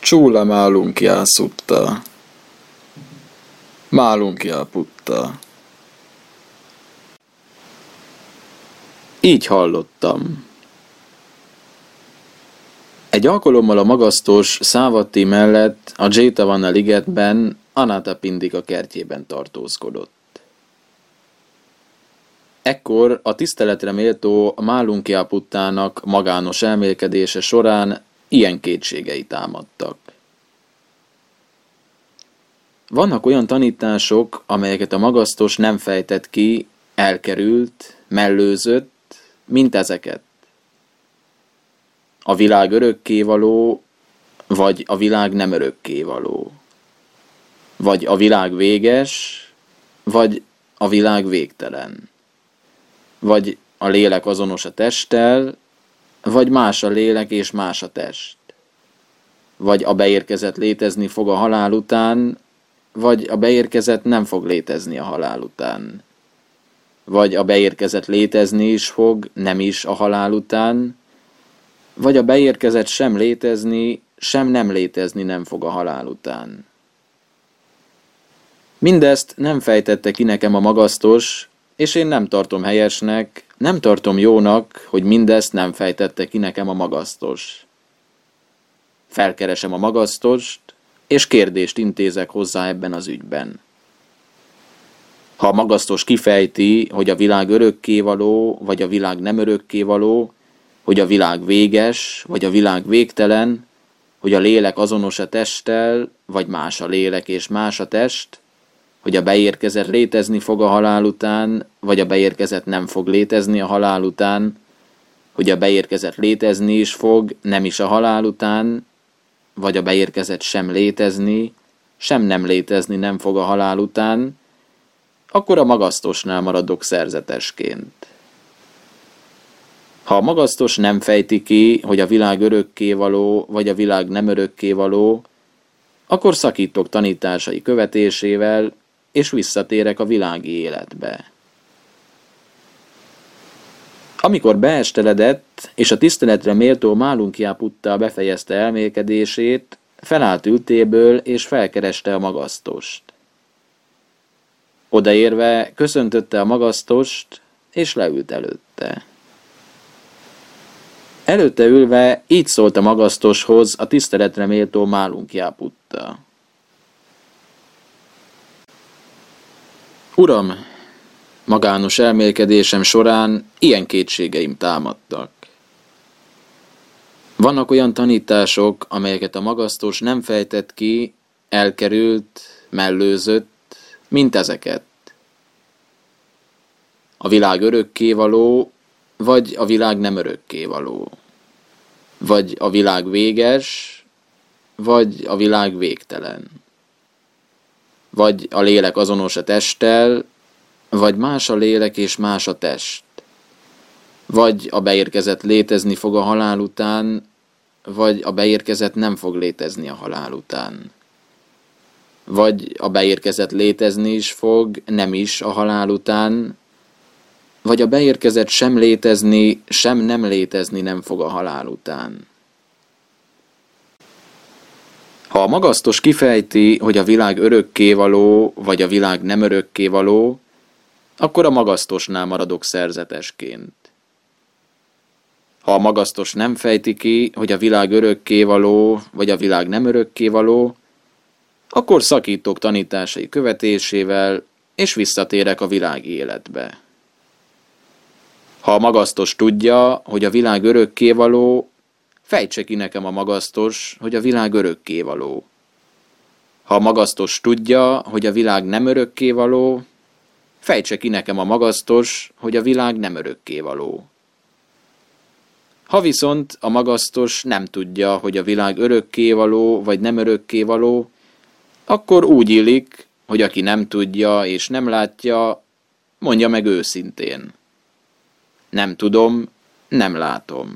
Csúla málunkjá szutta. Málunkjá putta. Így hallottam. Egy alkalommal a magasztos Szávatti mellett a Jetavana ligetben Anathapindika kertjében tartózkodott. Ekkor a tiszteletre méltó Málunkjá puttának magános elmélkedése során ilyen kétségei támadtak. Vannak olyan tanítások, amelyeket a magasztos nem fejtett ki, elkerült, mellőzött, mint ezeket. A világ örökkévaló, vagy a világ nem örökkévaló. Vagy a világ véges, vagy a világ végtelen. Vagy a lélek azonos a testtel, vagy más a lélek és más a test. Vagy a beérkezett létezni fog a halál után, vagy a beérkezett nem fog létezni a halál után. Vagy a beérkezett létezni is fog, nem is a halál után, vagy a beérkezett sem létezni, sem nem létezni nem fog a halál után. Mindezt nem fejtette ki nekem a magasztos, és én nem tartom helyesnek, nem tartom jónak, hogy mindezt nem fejtette ki nekem a magasztos. Felkeresem a magasztost, és kérdést intézek hozzá ebben az ügyben. Ha a magasztos kifejti, hogy a világ örökkévaló, vagy a világ nem örökkévaló, hogy a világ véges, vagy a világ végtelen, hogy a lélek azonos a testtel, vagy más a lélek és más a test, hogy a beérkezett létezni fog a halál után, vagy a beérkezett nem fog létezni a halál után, hogy a beérkezett létezni is fog, nem is a halál után, vagy a beérkezett sem létezni, sem nem létezni nem fog a halál után, akkor a magasztosnál maradok szerzetesként. Ha a magasztos nem fejti ki, hogy a világ örökkévaló, vagy a világ nem örökkévaló, akkor szakítok tanításai követésével, és visszatérek a világi életbe. Amikor beesteledett, és a tiszteletre méltó Málunkjá putta befejezte elmélkedését, felállt ültéből, és felkereste a magasztost. Odaérve köszöntötte a magasztost, és leült előtte. Előtte ülve így szólt a magasztoshoz a tiszteletre méltó Málunkjá putta. Uram, magános elmélkedésem során ilyen kétségeim támadtak. Vannak olyan tanítások, amelyeket a magasztos nem fejtett ki, elkerült, mellőzött, mint ezeket. A világ örökkévaló, vagy a világ nem örökkévaló. Vagy a világ véges, vagy a világ végtelen. Vagy a lélek azonos a testtel, vagy más a lélek és más a test. Vagy a beérkezett létezni fog a halál után, vagy a beérkezett nem fog létezni a halál után. Vagy a beérkezett létezni is fog, nem is a halál után, vagy a beérkezett sem létezni, sem nem létezni nem fog a halál után. Ha a magasztos kifejti, hogy a világ örökkévaló, vagy a világ nem örökkévaló, akkor a magasztosnál maradok szerzetesként. Ha a magasztos nem fejti ki, hogy a világ örökkévaló, vagy a világ nem örökkévaló, akkor szakítok tanításai követésével, és visszatérek a világi életbe. Ha a magasztos tudja, hogy a világ örökkévaló, fejtse ki nekem a magasztos, hogy a világ örökkévaló. Ha a magasztos tudja, hogy a világ nem örökkévaló, fejtse ki nekem a magasztos, hogy a világ nem örökkévaló. Ha viszont a magasztos nem tudja, hogy a világ örökkévaló vagy nem örökkévaló, akkor úgy illik, hogy aki nem tudja és nem látja, mondja meg őszintén. Nem tudom, nem látom.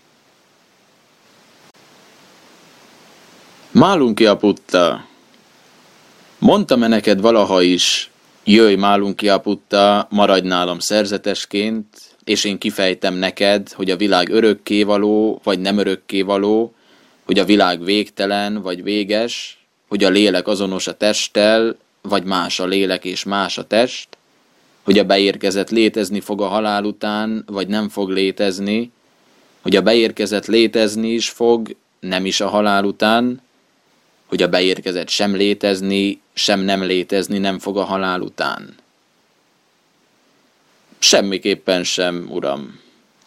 Málunkjá putta. Mondtam-e neked valaha is, jöjj Málunkjá putta, maradj nálam szerzetesként, és én kifejtem neked, hogy a világ örökkévaló vagy nem örökkévaló, hogy a világ végtelen vagy véges, hogy a lélek azonos a testtel, vagy más a lélek és más a test, hogy a beérkezett létezni fog a halál után, vagy nem fog létezni, hogy a beérkezett létezni is fog, nem is a halál után, hogy a beérkezett sem létezni, sem nem létezni nem fog a halál után. Semmiképpen sem, Uram.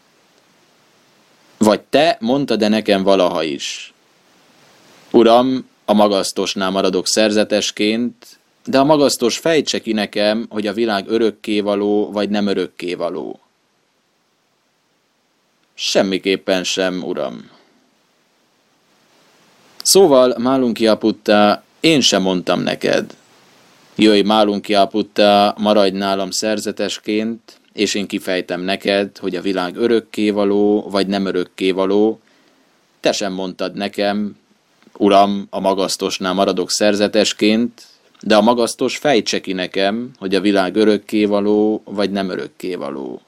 Vagy te mondtad-e nekem valaha is? Uram, a magasztosnál maradok szerzetesként, de a magasztos fejtse ki nekem, hogy a világ örökkévaló vagy nem örökkévaló. Semmiképpen sem, Uram. Szóval, Málunkiaputta, én sem mondtam neked. Jöjj, Málunkiaputta, maradj nálam szerzetesként, és én kifejtem neked, hogy a világ örökkévaló vagy nem örökkévaló. Te sem mondtad nekem, Uram, a magasztosnál maradok szerzetesként, de a magasztos fejtse ki nekem, hogy a világ örökkévaló vagy nem örökkévaló.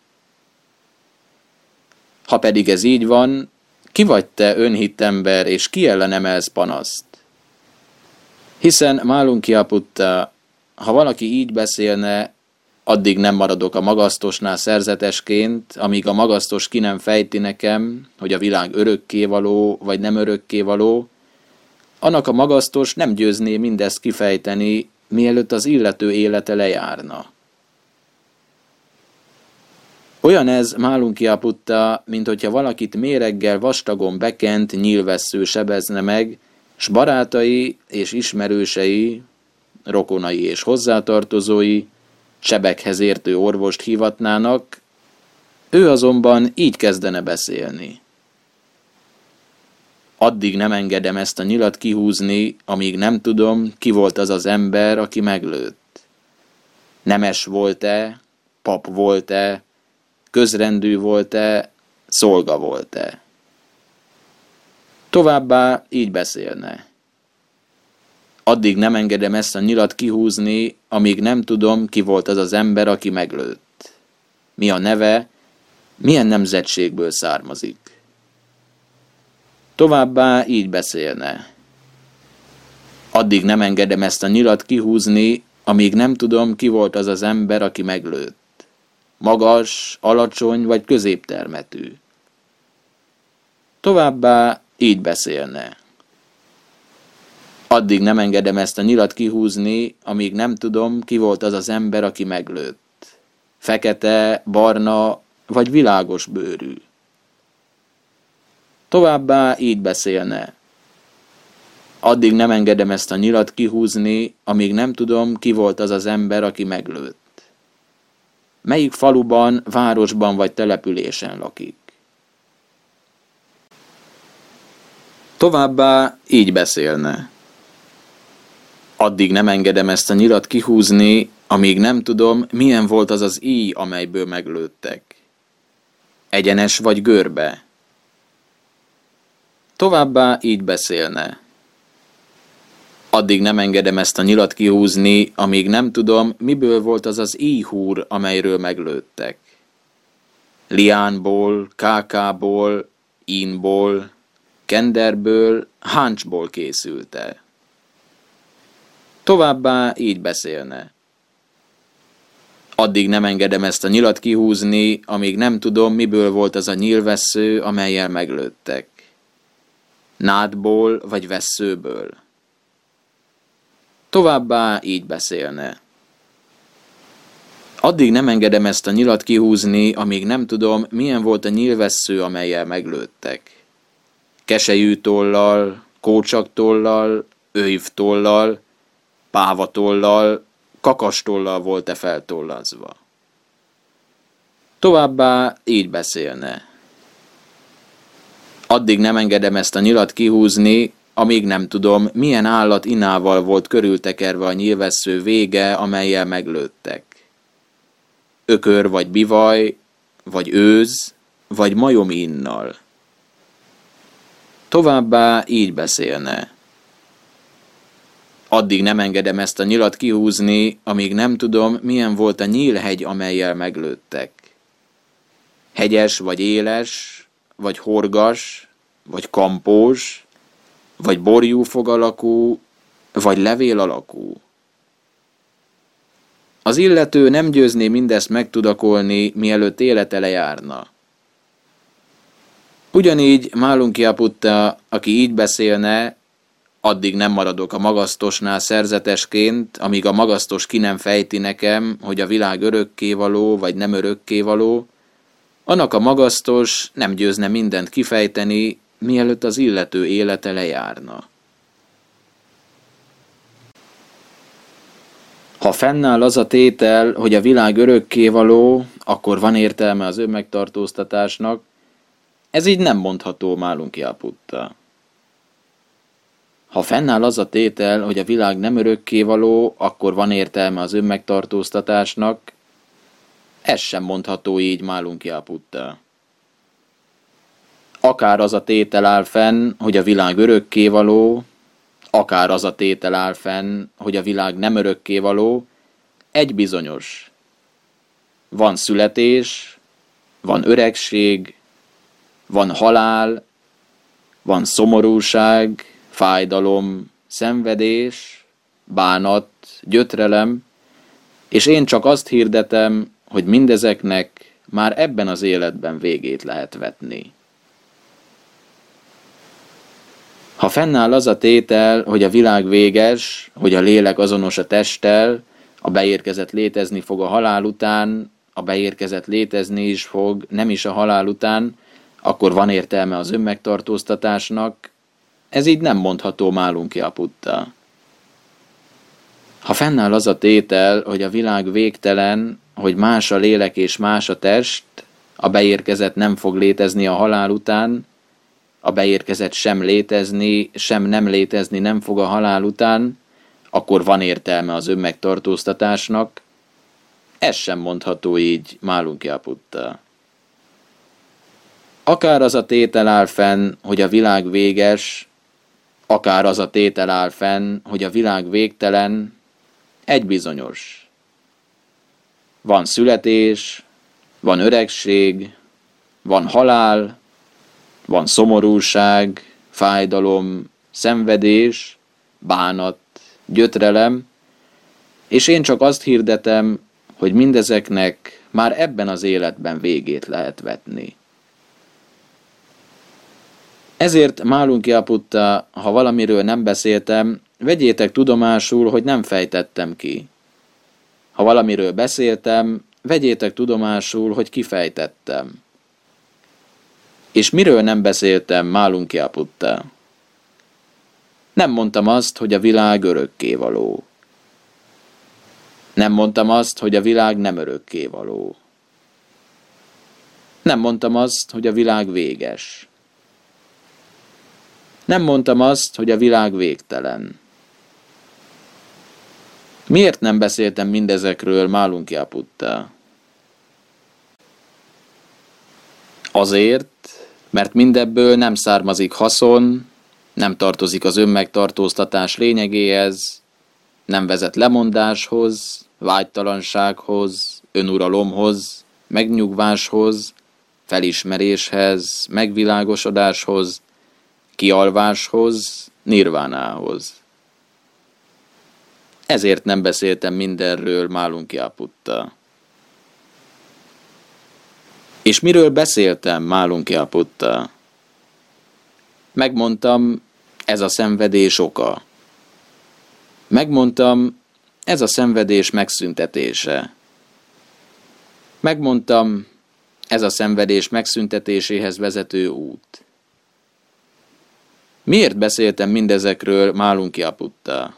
Ha pedig ez így van, ki vagy te önhitt ember, és ki ellen emelsz panaszt? Hiszen Málunkiaputta, ha valaki így beszélne, addig nem maradok a magasztosnál szerzetesként, amíg a magasztos ki nem fejti nekem, hogy a világ örökkévaló vagy nem örökkévaló, annak a magasztos nem győzné mindezt kifejteni, mielőtt az illető élete lejárna. Olyan ez, Málunkiaputta, mint hogyha valakit méreggel vastagon bekent nyílvessző sebezne meg, s barátai és ismerősei, rokonai és hozzátartozói sebekhez értő orvost hívatnának, ő azonban így kezdene beszélni. Addig nem engedem ezt a nyilat kihúzni, amíg nem tudom, ki volt az az ember, aki meglőtt. Nemes volt-e, pap volt-e, közrendű volt-e, szolga volt-e. Továbbá így beszélne. Addig nem engedem ezt a nyilat kihúzni, amíg nem tudom, ki volt az az ember, aki meglőtt. Mi a neve, milyen nemzetségből származik. Továbbá így beszélne. Addig nem engedem ezt a nyilat kihúzni, amíg nem tudom, ki volt az az ember, aki meglőtt. Magas, alacsony vagy középtermetű. Továbbá így beszélne. Addig nem engedem ezt a nyilat kihúzni, amíg nem tudom, ki volt az az ember, aki meglőtt. Fekete, barna vagy világos bőrű. Továbbá így beszélne. Addig nem engedem ezt a nyilat kihúzni, amíg nem tudom, ki volt az az ember, aki meglőtt. Melyik faluban, városban vagy településen lakik. Továbbá így beszélne. Addig nem engedem ezt a nyilat kihúzni, amíg nem tudom, milyen volt az az íj, amelyből meglőttek. Egyenes vagy görbe. Továbbá így beszélne. Addig nem engedem ezt a nyilat kihúzni, amíg nem tudom, miből volt az az íjhúr, amelyről meglőttek. Liánból, kákából, ínból, kenderből, háncsból készült-e. Továbbá így beszélne. Addig nem engedem ezt a nyilat kihúzni, amíg nem tudom, miből volt az a nyílvessző, amellyel meglőttek. Nádból vagy vesszőből. Továbbá így beszélne. Addig nem engedem ezt a nyilat kihúzni, amíg nem tudom, milyen volt a nyílvessző, amellyel meglőttek. Keselyű tollal, kócsaktollal, őjvtollal, pávatollal, kakastollal volt-e feltollazva. Továbbá így beszélne. Addig nem engedem ezt a nyilat kihúzni, amíg nem tudom, milyen állat inával volt körültekerve a nyílvessző vége, amellyel meglőttek. Ökör vagy bivaj, vagy őz, vagy majom innal. Továbbá így beszélne. Addig nem engedem ezt a nyilat kihúzni, amíg nem tudom, milyen volt a nyílhegy, amellyel meglőttek. Hegyes vagy éles, vagy horgas, vagy kampós, vagy borjúfog alakú, vagy levél alakú. Az illető nem győzné mindezt megtudakolni, mielőtt élete lejárna. Ugyanígy Málunkyaputta, aki így beszélne, addig nem maradok a magasztosnál szerzetesként, amíg a magasztos ki nem fejti nekem, hogy a világ örökkévaló vagy nem örökkévaló, annak a magasztos nem győzne mindent kifejteni, mielőtt az illető élete lejárna. Ha fennáll az a tétel, hogy a világ örökkévaló, akkor van értelme az önmegtartóztatásnak, ez így nem mondható Málunkyaputta. Ha fennáll az a tétel, hogy a világ nem örökkévaló, akkor van értelme az önmegtartóztatásnak, ez sem mondható így Málunkyaputta. Akár az a tétel áll fenn, hogy a világ örökkévaló, akár az a tétel áll fenn, hogy a világ nem örökkévaló, egy bizonyos. Van születés, van öregség, van halál, van szomorúság, fájdalom, szenvedés, bánat, gyötrelem, és én csak azt hirdetem, hogy mindezeknek már ebben az életben végét lehet vetni. Ha fennáll az a tétel, hogy a világ véges, hogy a lélek azonos a testtel, a beérkezett létezni fog a halál után, a beérkezett létezni is fog, nem is a halál után, akkor van értelme az önmegtartóztatásnak, ez így nem mondható Málunkyaputta. Ha fennáll az a tétel, hogy a világ végtelen, hogy más a lélek és más a test, a beérkezett nem fog létezni a halál után, a beérkezett sem létezni, sem nem létezni nem fog a halál után, akkor van értelme az önmegtartóztatásnak, ez sem mondható így Málunkyaputta. Akár az a tétel áll fenn, hogy a világ véges, akár az a tétel áll fenn, hogy a világ végtelen, egy bizonyos. Van születés, van öregség, van halál, van szomorúság, fájdalom, szenvedés, bánat, gyötrelem, és én csak azt hirdetem, hogy mindezeknek már ebben az életben végét lehet vetni. Ezért Málunkyaputta, ha valamiről nem beszéltem, vegyétek tudomásul, hogy nem fejtettem ki. Ha valamiről beszéltem, vegyétek tudomásul, hogy kifejtettem. És miről nem beszéltem, Málunkyaputta? Nem mondtam azt, hogy a világ örökkévaló. Nem mondtam azt, hogy a világ nem örökkévaló. Nem mondtam azt, hogy a világ véges. Nem mondtam azt, hogy a világ végtelen. Miért nem beszéltem mindezekről, Málunkyaputta? Azért, mert mindebből nem származik haszon, nem tartozik az önmegtartóztatás lényegéhez, nem vezet lemondáshoz, vágytalansághoz, önuralomhoz, megnyugváshoz, felismeréshez, megvilágosodáshoz, kialváshoz, nirvánához. Ezért nem beszéltem mindenről, Málunkyaputta. És miről beszéltem, Málunkyaputta? Megmondtam, ez a szenvedés oka. Megmondtam, ez a szenvedés megszüntetése. Megmondtam, ez a szenvedés megszüntetéséhez vezető út. Miért beszéltem mindezekről, Málunkyaputta?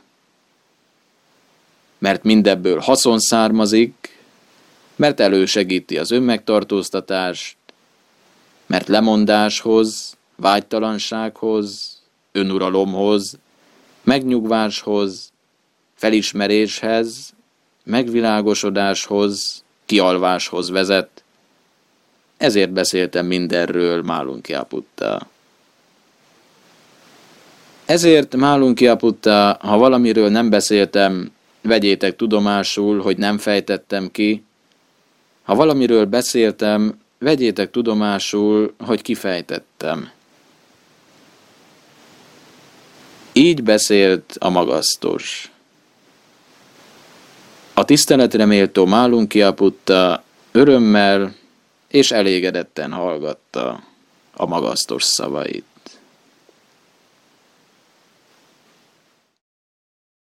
Mert mindebből haszon származik, mert elősegíti az önmegtartóztatást, mert lemondáshoz, vágytalansághoz, önuralomhoz, megnyugváshoz, felismeréshez, megvilágosodáshoz, kialváshoz vezet. Ezért beszéltem mindenről, Málunkyaputta. Ezért, Málunkyaputta, ha valamiről nem beszéltem, vegyétek tudomásul, hogy nem fejtettem ki. Ha valamiről beszéltem, vegyétek tudomásul, hogy kifejtettem. Így beszélt a magasztos. A tiszteletre méltó Málunkiaputta örömmel és elégedetten hallgatta a magasztos szavait.